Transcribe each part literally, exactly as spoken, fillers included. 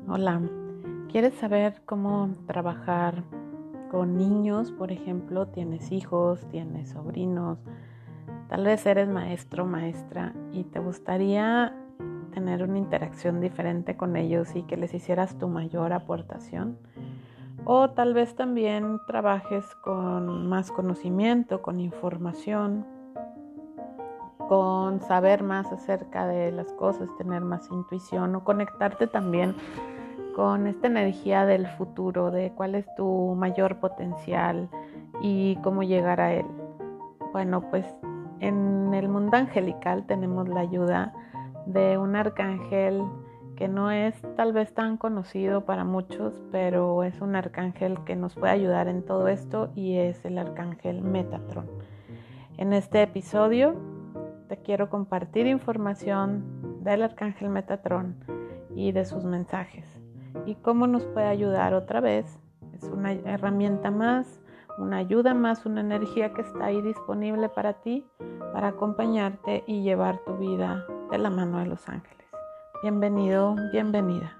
Hola, ¿quieres saber cómo trabajar con niños? Por ejemplo, tienes hijos, tienes sobrinos, tal vez eres maestro o maestra y te gustaría tener una interacción diferente con ellos y que les hicieras tu mayor aportación. O tal vez también trabajes con más conocimiento, con información, con saber más acerca de las cosas, tener más intuición o conectarte también con esta energía del futuro, de cuál es tu mayor potencial y cómo llegar a él. Bueno, pues en el mundo angelical tenemos la ayuda de un arcángel que no es tal vez tan conocido para muchos, pero es un arcángel que nos puede ayudar en todo esto y es el arcángel Metatron. En este episodio te quiero compartir información del arcángel Metatron y de sus mensajes y cómo nos puede ayudar otra vez. Es una herramienta más, una ayuda más, una energía que está ahí disponible para ti, para acompañarte y llevar tu vida de la mano de los ángeles. Bienvenido, bienvenida.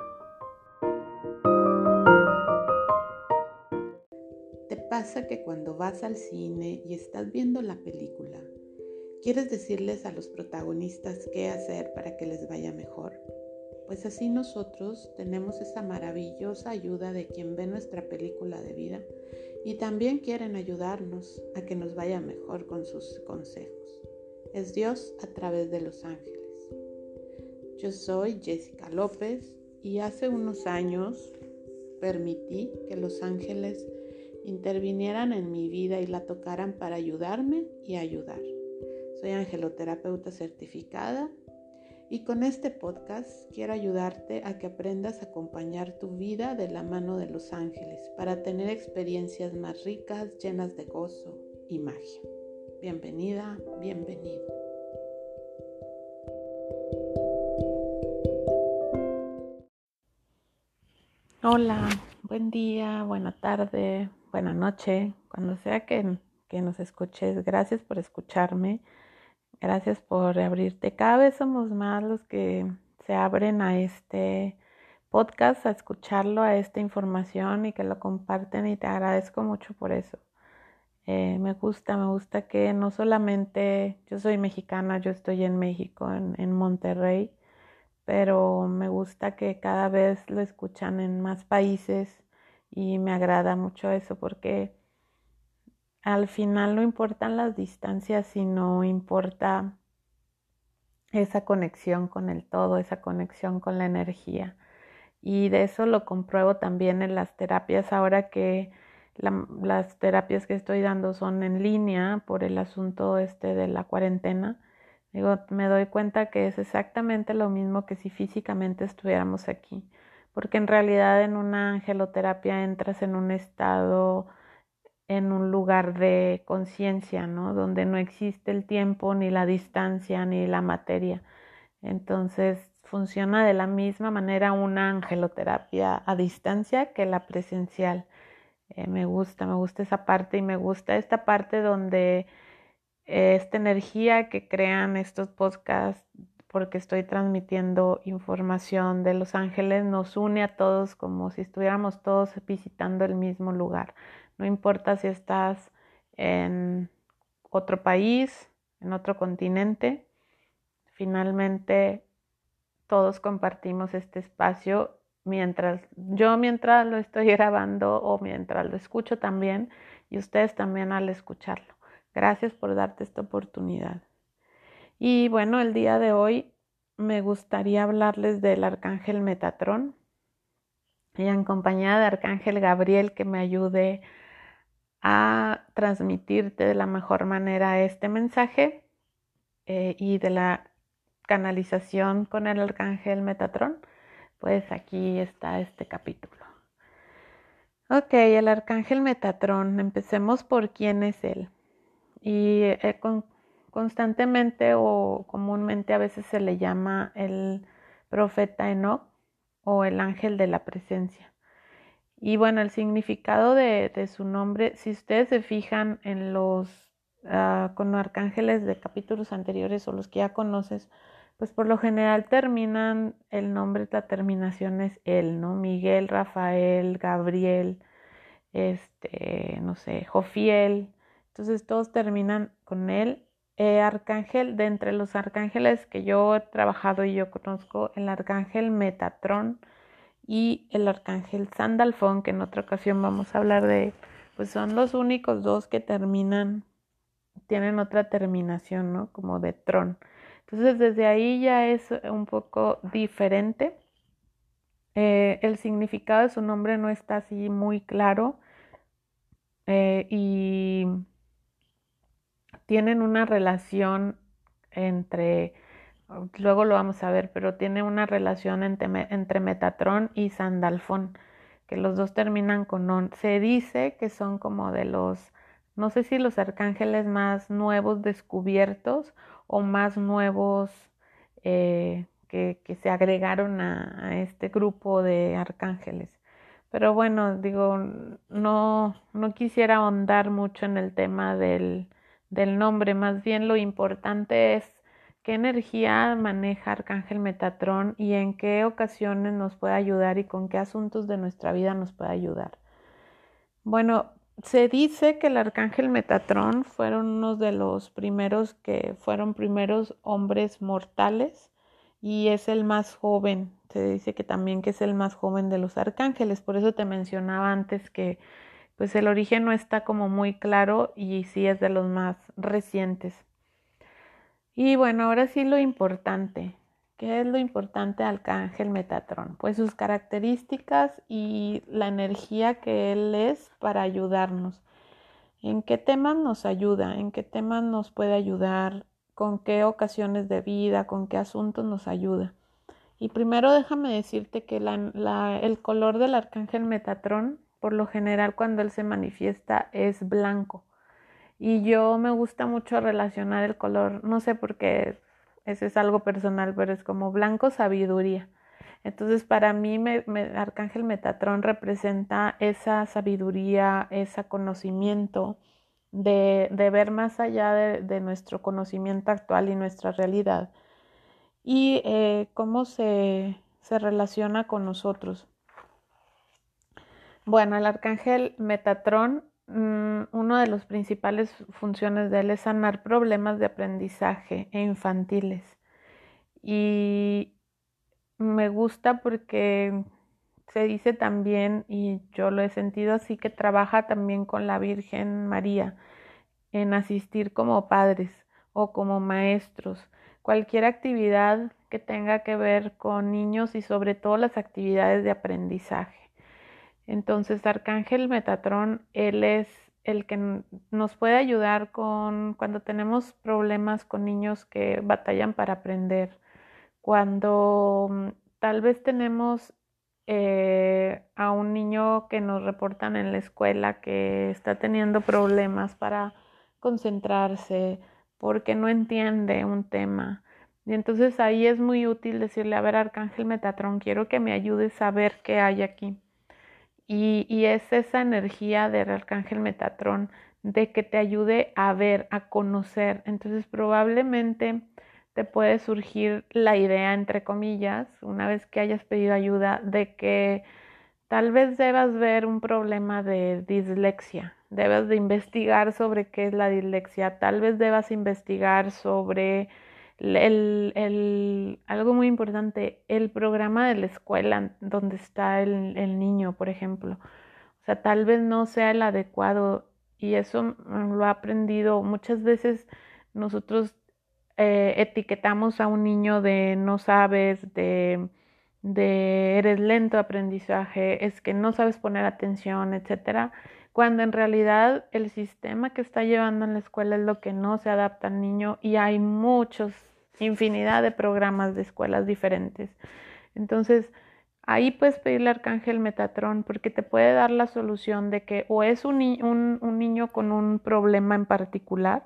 ¿Te pasa que cuando vas al cine y estás viendo la película, quieres decirles a los protagonistas qué hacer para que les vaya mejor? Pues así nosotros tenemos esa maravillosa ayuda de quien ve nuestra película de vida y también quieren ayudarnos a que nos vaya mejor con sus consejos. Es Dios a través de los ángeles. Yo soy Jessica López y hace unos años permití que los ángeles intervinieran en mi vida y la tocaran para ayudarme y ayudar. Soy angeloterapeuta certificada y con este podcast quiero ayudarte a que aprendas a acompañar tu vida de la mano de los ángeles para tener experiencias más ricas, llenas de gozo y magia. Bienvenida, bienvenido. Hola, buen día, buena tarde, buena noche, cuando sea que, que nos escuches. Gracias por escucharme, gracias por abrirte. Cada vez somos más los que se abren a este podcast, a escucharlo, a esta información y que lo comparten y te agradezco mucho por eso. Eh, me gusta, me gusta que no solamente, yo soy mexicana, yo estoy en México, en, en Monterrey, pero me gusta que cada vez lo escuchan en más países y me agrada mucho eso porque al final no importan las distancias, sino importa esa conexión con el todo, esa conexión con la energía. Y de eso lo compruebo también en las terapias ahora que la, las terapias que estoy dando son en línea por el asunto este de la cuarentena. Digo, me doy cuenta que es exactamente lo mismo que si físicamente estuviéramos aquí, porque en realidad en una angeloterapia entras en un estado, en un lugar de conciencia, ¿no? Donde no existe el tiempo, ni la distancia, ni la materia. Entonces funciona de la misma manera una angeloterapia a distancia que la presencial. Eh, me gusta, me gusta esa parte y me gusta esta parte donde eh, esta energía que crean estos podcasts, porque estoy transmitiendo información de Los Ángeles, nos une a todos como si estuviéramos todos visitando el mismo lugar. No importa si estás en otro país, en otro continente, finalmente todos compartimos este espacio mientras yo mientras lo estoy grabando o mientras lo escucho también y ustedes también al escucharlo. Gracias por darte esta oportunidad. Y bueno, el día de hoy me gustaría hablarles del arcángel Metatron y en compañía de arcángel Gabriel que me ayude a transmitirte de la mejor manera este mensaje eh, y de la canalización con el arcángel Metatron, pues aquí está este capítulo. Ok, el arcángel Metatron, empecemos por quién es él. Y eh, con, constantemente o comúnmente a veces se le llama el profeta Enoch o el ángel de la presencia. Y bueno, el significado de, de su nombre, si ustedes se fijan en los uh, con arcángeles de capítulos anteriores o los que ya conoces, pues por lo general terminan, el nombre, la terminación es él, ¿no? Miguel, Rafael, Gabriel, este, no sé, Jofiel. Entonces todos terminan con él. Eh, arcángel, de entre los arcángeles que yo he trabajado y yo conozco, el arcángel Metatrón y el arcángel Sandalfón, que en otra ocasión vamos a hablar de, pues son los únicos dos que terminan, tienen otra terminación, ¿no? Como de trón. Entonces desde ahí ya es un poco diferente. Eh, el significado de su nombre no está así muy claro, eh, y tienen una relación entre, luego lo vamos a ver, pero tiene una relación entre, entre Metatrón y Sandalfón, que los dos terminan con on. Se dice que son como de los, no sé si los arcángeles más nuevos descubiertos o más nuevos, eh, que, que se agregaron a, a este grupo de arcángeles. Pero bueno, digo, no, no quisiera ahondar mucho en el tema del, del nombre, más bien lo importante es qué energía maneja Arcángel Metatrón y en qué ocasiones nos puede ayudar y con qué asuntos de nuestra vida nos puede ayudar. Bueno, se dice que el Arcángel Metatrón fueron uno de los primeros que fueron primeros hombres mortales y es el más joven. Se dice que también que es el más joven de los arcángeles, por eso te mencionaba antes que pues el origen no está como muy claro y sí es de los más recientes. Y bueno, ahora sí lo importante. ¿Qué es lo importante de Arcángel Metatrón? Pues sus características y la energía que él es para ayudarnos. ¿En qué temas nos ayuda? ¿En qué temas nos puede ayudar? ¿Con qué ocasiones de vida? ¿Con qué asuntos nos ayuda? Y primero déjame decirte que la, la, el color del Arcángel Metatrón, por lo general cuando él se manifiesta, es blanco. Y yo me gusta mucho relacionar el color, no sé por qué, ese es algo personal, pero es como blanco sabiduría. Entonces para mí me, me, Arcángel Metatrón representa esa sabiduría, ese conocimiento de, de ver más allá de, de nuestro conocimiento actual y nuestra realidad y eh, cómo se, se relaciona con nosotros. Bueno, el arcángel Metatrón, mmm, una de las principales funciones de él es sanar problemas de aprendizaje e infantiles. Y me gusta porque se dice también, y yo lo he sentido así, que trabaja también con la Virgen María en asistir como padres o como maestros. Cualquier actividad que tenga que ver con niños y sobre todo las actividades de aprendizaje. Entonces, Arcángel Metatrón, él es el que nos puede ayudar con cuando tenemos problemas con niños que batallan para aprender, cuando um, tal vez tenemos eh, a un niño que nos reportan en la escuela que está teniendo problemas para concentrarse porque no entiende un tema. Y entonces ahí es muy útil decirle, a ver, Arcángel Metatrón, quiero que me ayudes a ver qué hay aquí. Y, y es esa energía del arcángel Metatrón de que te ayude a ver, a conocer. Entonces probablemente te puede surgir la idea, entre comillas, una vez que hayas pedido ayuda, de que tal vez debas ver un problema de dislexia. Debes de investigar sobre qué es la dislexia. Tal vez debas investigar sobre el, el, algo muy importante, el programa de la escuela donde está el, el niño, por ejemplo. O sea, tal vez no sea el adecuado y eso lo he aprendido. Muchas veces nosotros eh, etiquetamos a un niño de no sabes, de, de eres lento de aprendizaje, es que no sabes poner atención, etcétera, cuando en realidad el sistema que está llevando en la escuela es lo que no se adapta al niño y hay muchos, infinidad de programas de escuelas diferentes. Entonces, ahí puedes pedirle al arcángel Metatrón porque te puede dar la solución de que o es un, ni un, un niño con un problema en particular,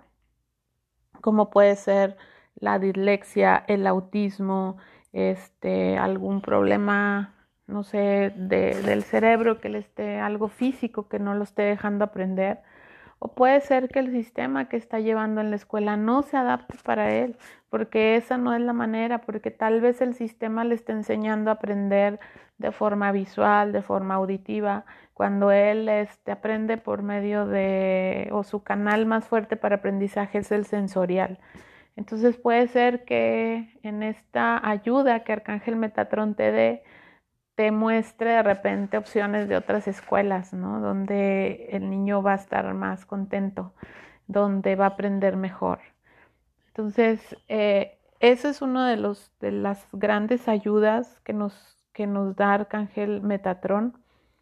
como puede ser la dislexia, el autismo, este, algún problema, no sé, de, del cerebro que le esté, algo físico que no lo esté dejando aprender. O puede ser que el sistema que está llevando en la escuela no se adapte para él, porque esa no es la manera, porque tal vez el sistema le está enseñando a aprender de forma visual, de forma auditiva, cuando él este, aprende por medio de, o su canal más fuerte para aprendizaje es el sensorial. Entonces puede ser que en esta ayuda que Arcángel Metatrón te dé, te muestre de repente opciones de otras escuelas, ¿no? Donde el niño va a estar más contento, donde va a aprender mejor. Entonces, eh, eso es uno de los de las grandes ayudas que nos, que nos da Arcángel Metatrón.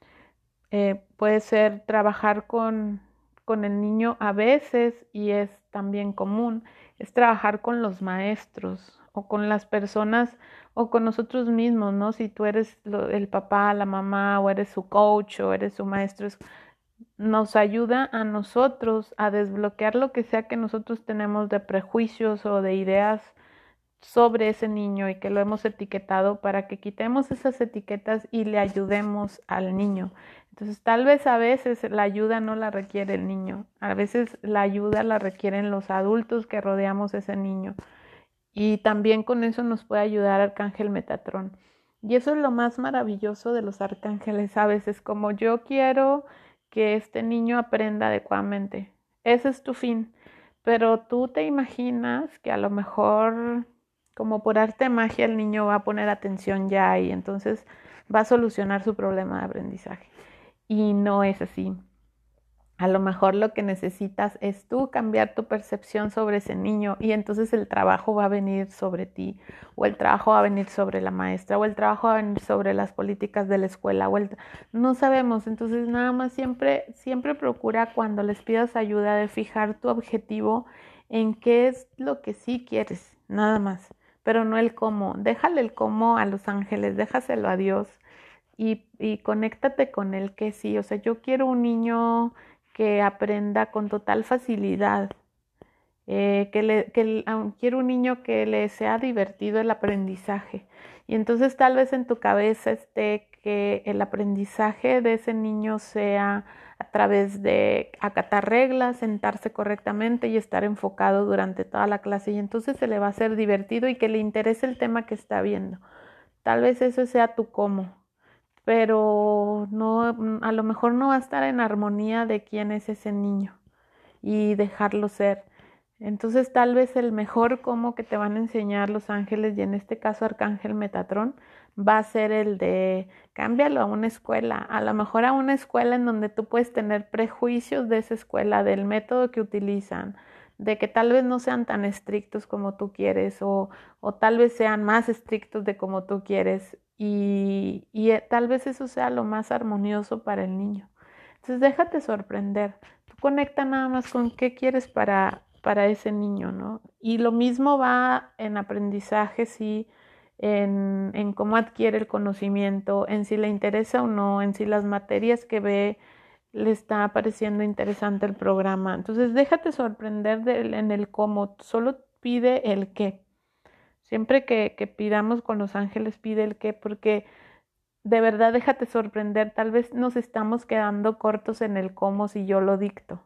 Eh, puede ser trabajar con, con el niño a veces, y es también común, es trabajar con los maestros o con las personas o con nosotros mismos, ¿no? Si tú eres lo, el papá, la mamá, o eres su coach o eres su maestro, es, nos ayuda a nosotros a desbloquear lo que sea que nosotros tenemos de prejuicios o de ideas sobre ese niño y que lo hemos etiquetado, para que quitemos esas etiquetas y le ayudemos al niño. Entonces, tal vez a veces la ayuda no la requiere el niño, a veces la ayuda la requieren los adultos que rodeamos a ese niño. Y también con eso nos puede ayudar Arcángel Metatrón. Y eso es lo más maravilloso de los arcángeles. A veces, como yo quiero que este niño aprenda adecuadamente, ese es tu fin. Pero tú te imaginas que a lo mejor, como por arte de magia, el niño va a poner atención ya y entonces va a solucionar su problema de aprendizaje. Y no es así. A lo mejor lo que necesitas es tú cambiar tu percepción sobre ese niño, y entonces el trabajo va a venir sobre ti, o el trabajo va a venir sobre la maestra, o el trabajo va a venir sobre las políticas de la escuela, o el... no sabemos. Entonces nada más siempre, siempre procura, cuando les pidas ayuda, de fijar tu objetivo en qué es lo que sí quieres, nada más, pero no el cómo. Déjale el cómo a los ángeles, déjaselo a Dios, y, y conéctate con el que sí. O sea, yo quiero un niño que aprenda con total facilidad, eh, que, le, que quiero un niño que le sea divertido el aprendizaje. Y entonces tal vez en tu cabeza esté que el aprendizaje de ese niño sea a través de acatar reglas, sentarse correctamente y estar enfocado durante toda la clase, y entonces se le va a hacer divertido y que le interese el tema que está viendo. Tal vez eso sea tu cómo, pero no, a lo mejor no va a estar en armonía de quién es ese niño y dejarlo ser. Entonces tal vez el mejor cómo que te van a enseñar los ángeles, y en este caso Arcángel Metatrón, va a ser el de cámbialo a una escuela, a lo mejor a una escuela en donde tú puedes tener prejuicios de esa escuela, del método que utilizan, de que tal vez no sean tan estrictos como tú quieres, o, o tal vez sean más estrictos de como tú quieres, y, y eh, tal vez eso sea lo más armonioso para el niño. Entonces déjate sorprender, tú conecta nada más con qué quieres para, para ese niño, ¿no? Y lo mismo va en aprendizaje, sí, en, en cómo adquiere el conocimiento, en si le interesa o no, en si las materias que ve le está pareciendo interesante el programa. Entonces déjate sorprender de, en el cómo, solo pide el qué. Siempre que, que pidamos con los ángeles, pide el qué, porque de verdad déjate sorprender. Tal vez nos estamos quedando cortos en el cómo si yo lo dicto,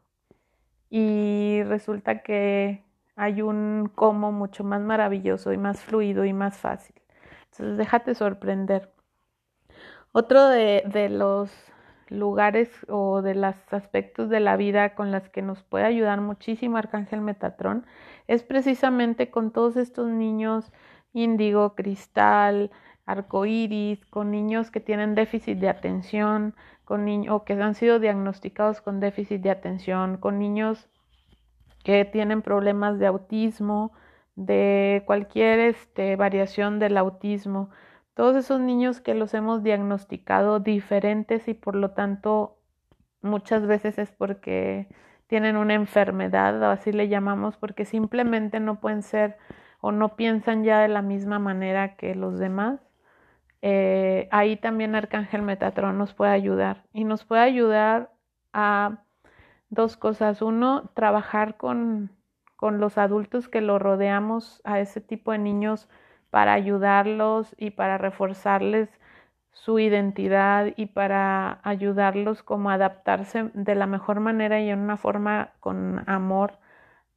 y resulta que hay un cómo mucho más maravilloso y más fluido y más fácil. Entonces déjate sorprender. Otro de, de los lugares o de los aspectos de la vida con las que nos puede ayudar muchísimo Arcángel Metatrón es precisamente con todos estos niños índigo, cristal, arcoíris, con niños que tienen déficit de atención, con niños o que han sido diagnosticados con déficit de atención, con niños que tienen problemas de autismo, de cualquier este, variación del autismo. Todos esos niños que los hemos diagnosticado diferentes, y por lo tanto muchas veces es porque tienen una enfermedad, o así le llamamos, porque simplemente no pueden ser o no piensan ya de la misma manera que los demás. Eh, ahí también Arcángel Metatrón nos puede ayudar, y nos puede ayudar a dos cosas. Uno, trabajar con, con los adultos que lo rodeamos a ese tipo de niños, para ayudarlos y para reforzarles su identidad, y para ayudarlos como a adaptarse de la mejor manera y en una forma con amor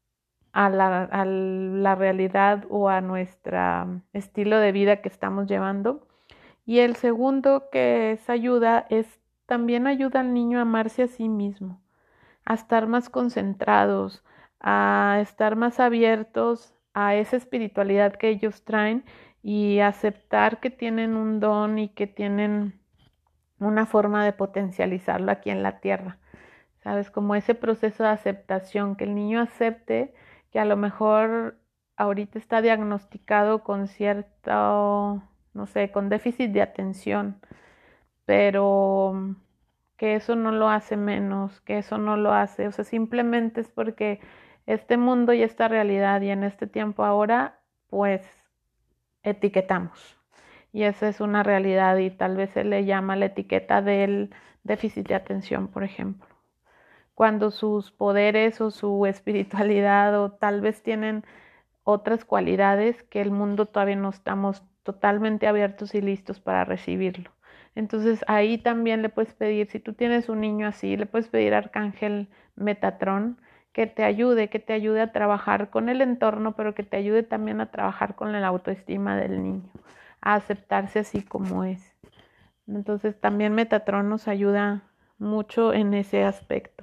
a la, a la realidad o a nuestro estilo de vida que estamos llevando. Y el segundo que es ayuda es también ayuda al niño a amarse a sí mismo, a estar más concentrados, a estar más abiertos a esa espiritualidad que ellos traen y aceptar que tienen un don y que tienen una forma de potencializarlo aquí en la tierra. ¿Sabes? Como ese proceso de aceptación, que el niño acepte que a lo mejor ahorita está diagnosticado con cierto, no sé, con déficit de atención, pero que eso no lo hace menos, que eso no lo hace, o sea, simplemente es porque este mundo y esta realidad y en este tiempo ahora, pues etiquetamos. Y esa es una realidad y tal vez se le llama la etiqueta del déficit de atención, por ejemplo. Cuando sus poderes o su espiritualidad o tal vez tienen otras cualidades que el mundo todavía no estamos totalmente abiertos y listos para recibirlo. Entonces ahí también le puedes pedir, si tú tienes un niño así, le puedes pedir a Arcángel Metatrón que te ayude, que te ayude a trabajar con el entorno, pero que te ayude también a trabajar con la autoestima del niño, a aceptarse así como es. Entonces también Metatrón nos ayuda mucho en ese aspecto.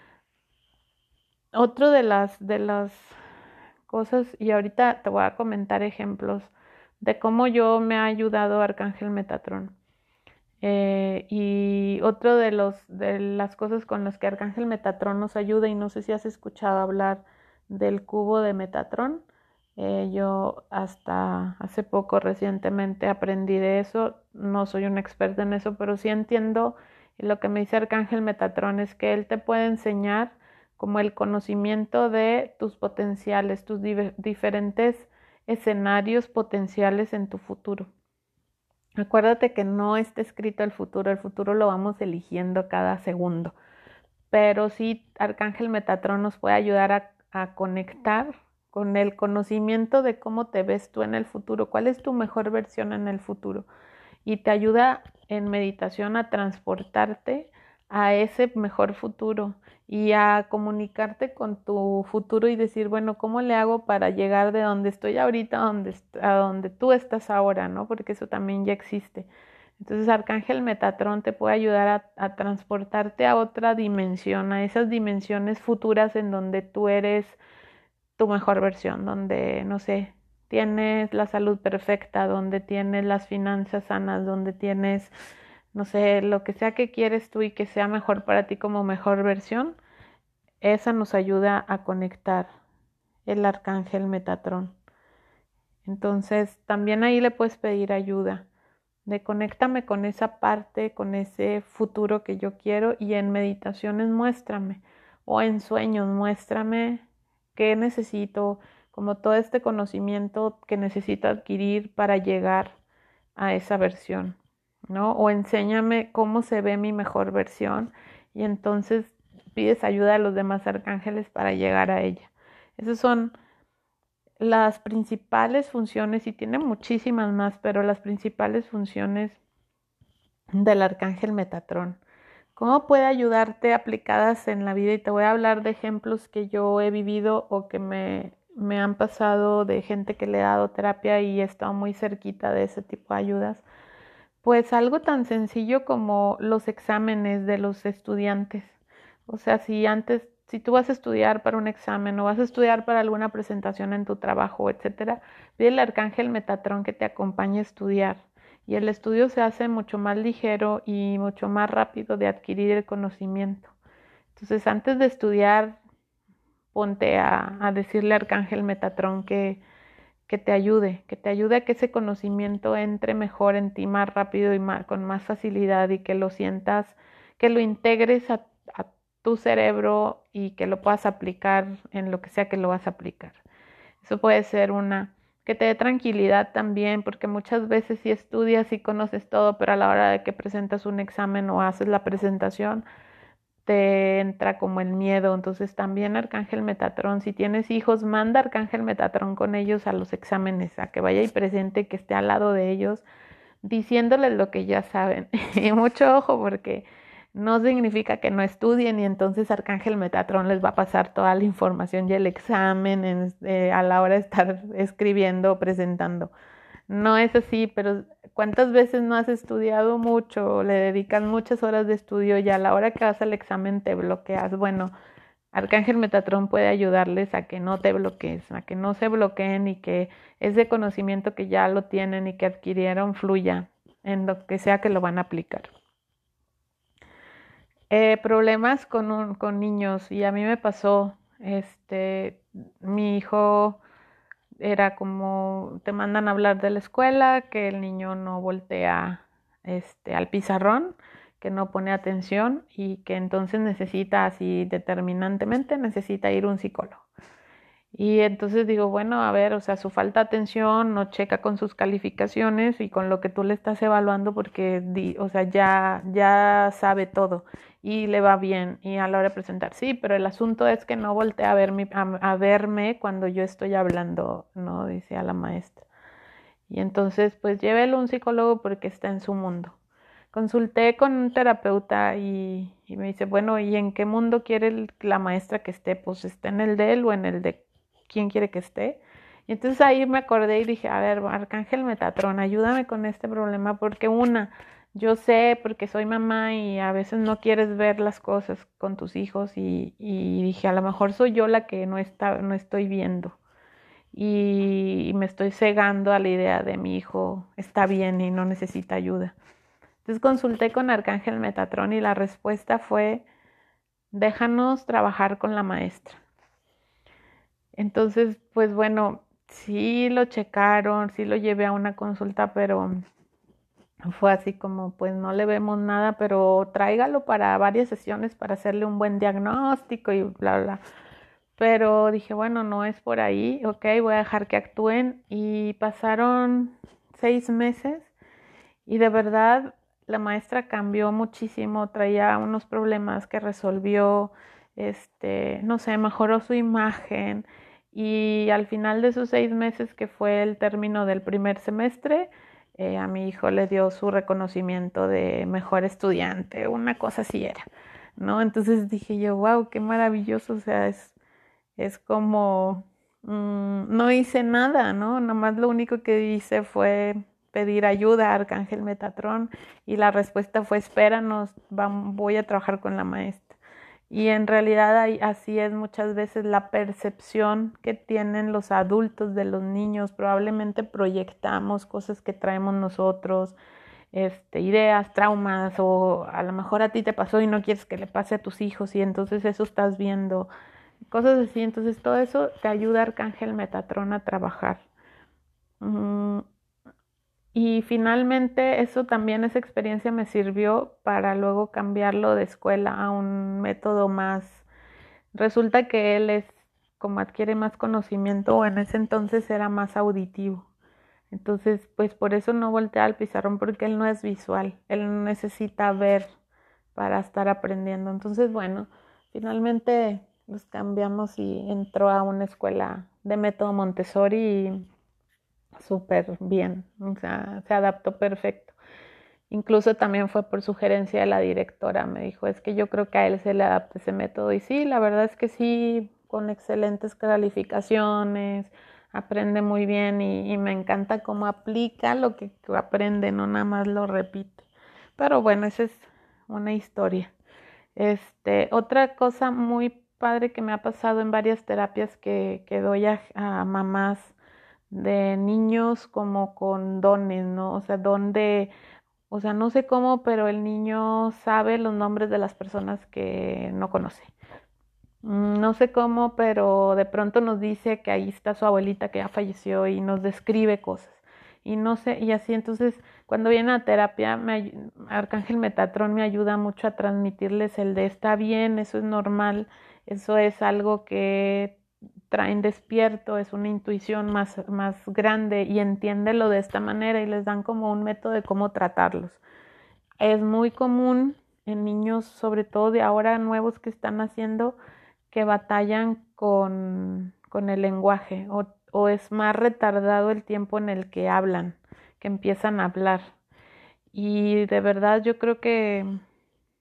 Otro de las, de las cosas, y ahorita te voy a comentar ejemplos de cómo yo me ha ayudado Arcángel Metatrón. Eh, y otro de, los, de las cosas con las que Arcángel Metatrón nos ayuda, y no sé si has escuchado hablar del cubo de Metatrón, eh, yo hasta hace poco recientemente aprendí de eso, no soy una experta en eso, pero sí entiendo, y lo que me dice Arcángel Metatrón es que él te puede enseñar como el conocimiento de tus potenciales, tus di- diferentes escenarios potenciales en tu futuro. Acuérdate que no está escrito el futuro, el futuro lo vamos eligiendo cada segundo. Pero sí, Arcángel Metatrón nos puede ayudar a, a conectar con el conocimiento de cómo te ves tú en el futuro, cuál es tu mejor versión en el futuro. Y te ayuda en meditación a transportarte a ese mejor futuro y a comunicarte con tu futuro y decir, bueno, ¿cómo le hago para llegar de donde estoy ahorita a donde, a donde tú estás ahora, ¿no? Porque eso también ya existe. Entonces Arcángel Metatrón te puede ayudar a, a transportarte a otra dimensión, a esas dimensiones futuras en donde tú eres tu mejor versión, donde, no sé, tienes la salud perfecta, donde tienes las finanzas sanas, donde tienes, no sé, lo que sea que quieres tú y que sea mejor para ti como mejor versión, esa nos ayuda a conectar el Arcángel Metatrón. Entonces, también ahí le puedes pedir ayuda de conéctame con esa parte, con ese futuro que yo quiero y en meditaciones muéstrame o en sueños muéstrame qué necesito, como todo este conocimiento que necesito adquirir para llegar a esa versión, ¿no? O enséñame cómo se ve mi mejor versión y entonces pides ayuda a los demás arcángeles para llegar a ella. Esos son las principales funciones, y tiene muchísimas más, pero las principales funciones del arcángel Metatrón. ¿Cómo puede ayudarte aplicadas en la vida? Y te voy a hablar de ejemplos que yo he vivido o que me, me han pasado de gente que le he dado terapia y he estado muy cerquita de ese tipo de ayudas. Pues algo tan sencillo como los exámenes de los estudiantes. O sea, si antes, si tú vas a estudiar para un examen o vas a estudiar para alguna presentación en tu trabajo, etcétera, pide al arcángel Metatrón que te acompañe a estudiar. Y el estudio se hace mucho más ligero y mucho más rápido de adquirir el conocimiento. Entonces, antes de estudiar, ponte a, a decirle al arcángel Metatrón que que te ayude, que te ayude a que ese conocimiento entre mejor en ti más rápido y más, con más facilidad y que lo sientas, que lo integres a, a tu cerebro y que lo puedas aplicar en lo que sea que lo vas a aplicar. Eso puede ser una, que te dé tranquilidad también, porque muchas veces si estudias y conoces todo, pero a la hora de que presentas un examen o haces la presentación, te entra como el miedo. Entonces también Arcángel Metatrón, si tienes hijos, manda Arcángel Metatrón con ellos a los exámenes, a que vaya y presente, que esté al lado de ellos, diciéndoles lo que ya saben. Y mucho ojo porque no significa que no estudien y entonces Arcángel Metatrón les va a pasar toda la información y el examen en, eh, a la hora de estar escribiendo o presentando. No es así, pero ¿cuántas veces no has estudiado mucho, le dedicas muchas horas de estudio y a la hora que vas al examen te bloqueas? Bueno, Arcángel Metatrón puede ayudarles a que no te bloquees, a que no se bloqueen y que ese conocimiento que ya lo tienen y que adquirieron fluya en lo que sea que lo van a aplicar. Eh, problemas con, un, con niños, y a mí me pasó, este, mi hijo era como, te mandan a hablar de la escuela, que el niño no voltea este, al pizarrón, que no pone atención y que entonces necesita así determinantemente, necesita ir a un psicólogo. Y entonces digo, bueno, a ver, o sea, su falta de atención no checa con sus calificaciones y con lo que tú le estás evaluando porque, di, o sea, ya, ya sabe todo y le va bien y a la hora de presentar, sí, pero el asunto es que no voltea a verme, a, a verme cuando yo estoy hablando, ¿no? Dice a la maestra. Y entonces, pues llévelo a un psicólogo porque está en su mundo. Consulté con un terapeuta y, y me dice, bueno, ¿y en qué mundo quiere el, la maestra que esté? Pues está en el de él o en el de quién quiere que esté. Y entonces ahí me acordé y dije, a ver, Arcángel Metatrón, ayúdame con este problema porque una, yo sé porque soy mamá y a veces no quieres ver las cosas con tus hijos y, y dije, a lo mejor soy yo la que no, está, no estoy viendo y, y me estoy cegando a la idea de mi hijo está bien y no necesita ayuda. Entonces consulté con Arcángel Metatrón y la respuesta fue, déjanos trabajar con la maestra. Entonces, pues bueno, sí lo checaron, sí lo llevé a una consulta, pero fue así como, pues no le vemos nada, pero tráigalo para varias sesiones para hacerle un buen diagnóstico y bla, bla. Pero dije, bueno, no es por ahí, ok, voy a dejar que actúen. Y pasaron seis meses y de verdad la maestra cambió muchísimo, traía unos problemas que resolvió, este, no sé, mejoró su imagen y al final de esos seis meses que fue el término del primer semestre, eh, a mi hijo le dio su reconocimiento de mejor estudiante, una cosa así era, ¿no? Entonces dije yo, wow, qué maravilloso, o sea, es, es como, mmm, no hice nada, ¿no? Nada más lo único que hice fue pedir ayuda a Arcángel Metatrón y la respuesta fue espéranos, vamos, voy a trabajar con la maestra. Y en realidad hay, así es muchas veces la percepción que tienen los adultos de los niños. Probablemente proyectamos cosas que traemos nosotros, este, ideas, traumas, o a lo mejor a ti te pasó y no quieres que le pase a tus hijos y entonces eso estás viendo, cosas así. Entonces todo eso te ayuda Arcángel Metatrón a trabajar. Mm. Y finalmente eso también, esa experiencia me sirvió para luego cambiarlo de escuela a un método más. Resulta que él es, como adquiere más conocimiento, o en ese entonces era más auditivo. Entonces, pues por eso no voltea al pizarrón, porque él no es visual, él necesita ver para estar aprendiendo. Entonces, bueno, finalmente los cambiamos y entró a una escuela de método Montessori y súper bien, o sea, se adaptó perfecto. Incluso también fue por sugerencia de la directora, me dijo, es que yo creo que a él se le adapta ese método. Y sí, la verdad es que sí, con excelentes calificaciones, aprende muy bien y, y me encanta cómo aplica lo que aprende, no nada más lo repite. Pero bueno, esa es una historia. Este, otra cosa muy padre que me ha pasado en varias terapias que, que doy a, a mamás de niños como con dones, ¿no? O sea, donde, o sea, no sé cómo, pero el niño sabe los nombres de las personas que no conoce. No sé cómo, pero de pronto nos dice que ahí está su abuelita que ya falleció y nos describe cosas. Y no sé, y así entonces cuando viene a terapia, me, Arcángel Metatrón me ayuda mucho a transmitirles el de está bien, eso es normal, eso es algo que traen despierto, es una intuición más, más grande y entiéndelo de esta manera y les dan como un método de cómo tratarlos. Es muy común en niños, sobre todo de ahora nuevos que están haciendo, que batallan con, con el lenguaje o, o es más retardado el tiempo en el que hablan, que empiezan a hablar. Y de verdad yo creo que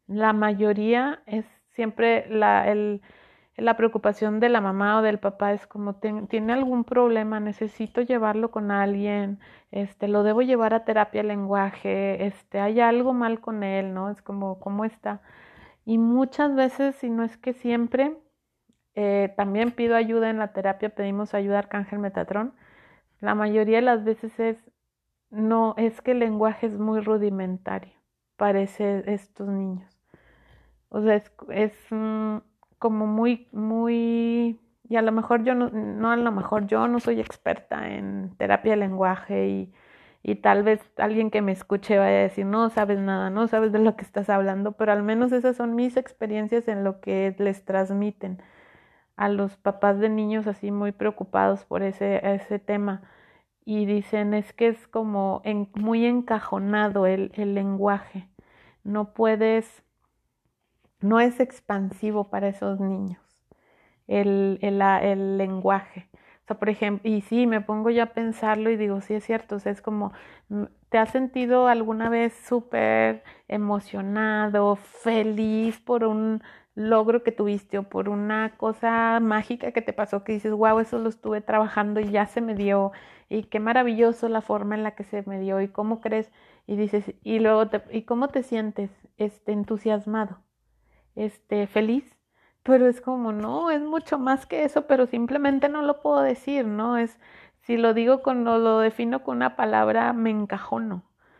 La mayoría es siempre la, el, la preocupación de la mamá o del papá es como ten, tiene algún problema, necesito llevarlo con alguien, este, lo debo llevar a terapia de lenguaje, este, hay algo mal con él, ¿no? Es como, ¿cómo está? Y muchas veces, si no es que siempre, eh, también pido ayuda en la terapia, pedimos ayuda a Arcángel Metatrón. La mayoría de las veces es, no, es que el lenguaje es muy rudimentario para ese- estos niños. O sea, es, es mm, como muy, muy, y a lo mejor yo no, no, a lo mejor yo no soy experta en terapia de lenguaje y, y tal vez alguien que me escuche vaya a decir, no sabes nada, no sabes de lo que estás hablando, pero al menos esas son mis experiencias en lo que les transmiten a los papás de niños así muy preocupados por ese, ese tema. Y dicen, es que es como en, muy encajonado el, el lenguaje. No puedes, no es expansivo para esos niños el, el, el lenguaje. O sea, por ejemplo, y sí, me pongo yo a pensarlo y digo, sí es cierto, o sea, es como, ¿te has sentido alguna vez súper emocionado, feliz por un logro que tuviste o por una cosa mágica que te pasó que dices, wow, eso lo estuve trabajando y ya se me dio, y qué maravilloso la forma en la que se me dio, y cómo crees, y dices, y luego, te, ¿y cómo te sientes? Este, entusiasmado, este, feliz, pero es como, no, es mucho más que eso, pero simplemente no lo puedo decir, ¿no? Es, si lo digo con, lo, lo defino con una palabra, me encajono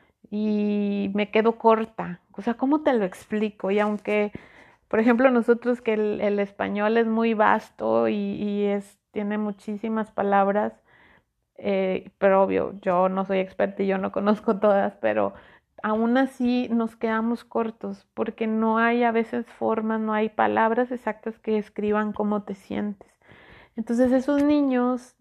y me quedo corta. O sea, ¿cómo te lo explico? Y aunque, por ejemplo, nosotros que el, el español es muy vasto y, y es, tiene muchísimas palabras, eh, pero obvio, yo no soy experta y yo no conozco todas, pero aún así nos quedamos cortos porque no hay a veces formas, no hay palabras exactas que escriban cómo te sientes. Entonces esos niños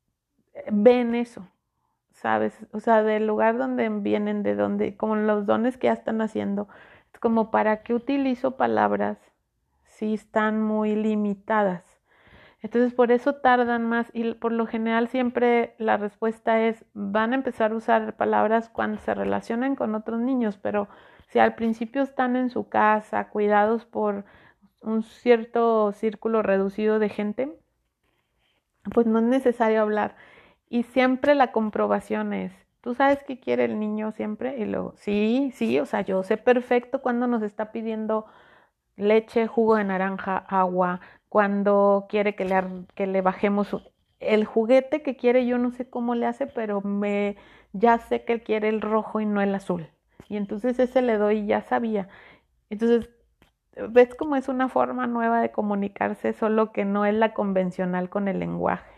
ven eso, ¿sabes? O sea, del lugar donde vienen, de donde, como los dones que ya están haciendo, es como para qué utilizo palabras si están muy limitadas. Entonces por eso tardan más y por lo general siempre la respuesta es van a empezar a usar palabras cuando se relacionen con otros niños, pero si al principio están en su casa, cuidados por un cierto círculo reducido de gente, pues no es necesario hablar. Y siempre la comprobación es, ¿tú sabes qué quiere el niño siempre? Y luego, sí, sí, o sea, yo sé perfecto cuando nos está pidiendo leche, jugo de naranja, agua, cuando quiere que le, que le bajemos el juguete que quiere, yo no sé cómo le hace, pero me ya sé que él quiere el rojo y no el azul. Y entonces ese le doy y ya sabía. Entonces, ves cómo es una forma nueva de comunicarse, solo que no es la convencional con el lenguaje.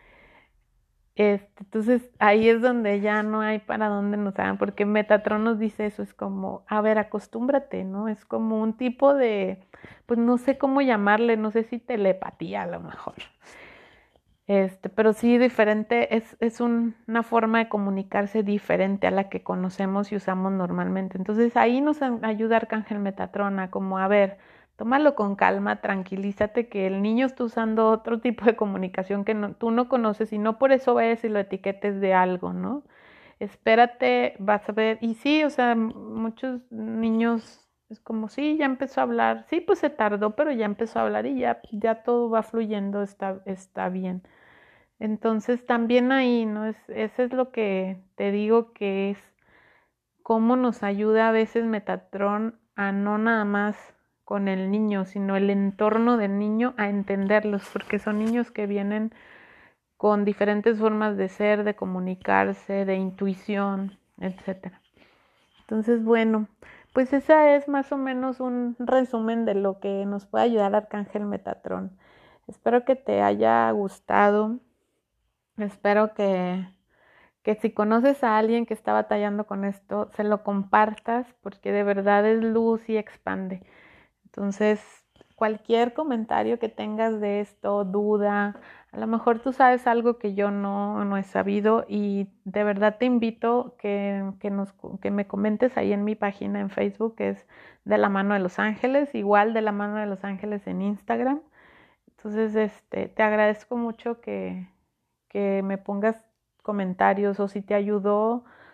Este, entonces ahí es donde ya no hay para dónde nos hagan, porque Metatron nos dice eso, es como, a ver, acostúmbrate, ¿no? Es como un tipo de, pues no sé cómo llamarle, no sé si telepatía a lo mejor. Este, pero sí diferente, es, es un, una forma de comunicarse diferente a la que conocemos y usamos normalmente. Entonces ahí nos ayuda Arcángel Metatrona, como a ver, tómalo con calma, tranquilízate que el niño está usando otro tipo de comunicación que no, tú no conoces y no por eso vayas y lo etiquetes de algo, ¿no? Espérate, vas a ver, y sí, o sea, muchos niños es como, sí, ya empezó a hablar, sí, pues se tardó, pero ya empezó a hablar y ya, ya todo va fluyendo, está, está bien. Entonces también ahí, ¿no? Es, eso es lo que te digo que es cómo nos ayuda a veces Metatron a no nada más con el niño, sino el entorno del niño a entenderlos, porque son niños que vienen con diferentes formas de ser, de comunicarse, de intuición, etcétera. Entonces, bueno, pues esa es más o menos un resumen de lo que nos puede ayudar Arcángel Metatrón. Espero que te haya gustado. Espero que, que si conoces a alguien que está batallando con esto, se lo compartas porque de verdad es luz y expande. Entonces, cualquier comentario que tengas de esto, duda, a lo mejor tú sabes algo que yo no, no he sabido y de verdad te invito que, que, nos, que me comentes ahí en mi página en Facebook, que es De la Mano de Los Ángeles, igual De la Mano de Los Ángeles en Instagram. Entonces, este, te agradezco mucho que, que me pongas comentarios o si te ayudó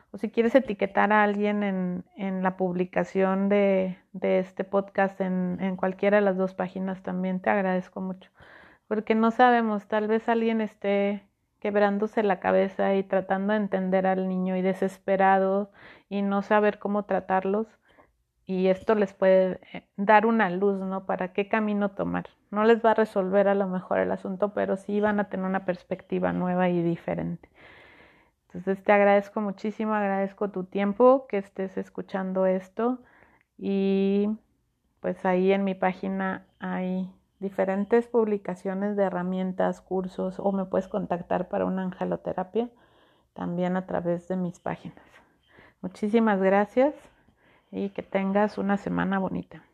o si quieres etiquetar a alguien en, en la publicación de, de este podcast en, en cualquiera de las dos páginas, también te agradezco mucho, porque no sabemos, tal vez alguien esté quebrándose la cabeza y tratando de entender al niño y desesperado y no saber cómo tratarlos, y esto les puede dar una luz, ¿no? Para qué camino tomar. No les va a resolver a lo mejor el asunto, pero sí van a tener una perspectiva nueva y diferente. Entonces te agradezco muchísimo, agradezco tu tiempo, que estés escuchando esto, y pues ahí en mi página hay diferentes publicaciones de herramientas, cursos, o me puedes contactar para una angeloterapia también a través de mis páginas. Muchísimas gracias y que tengas una semana bonita.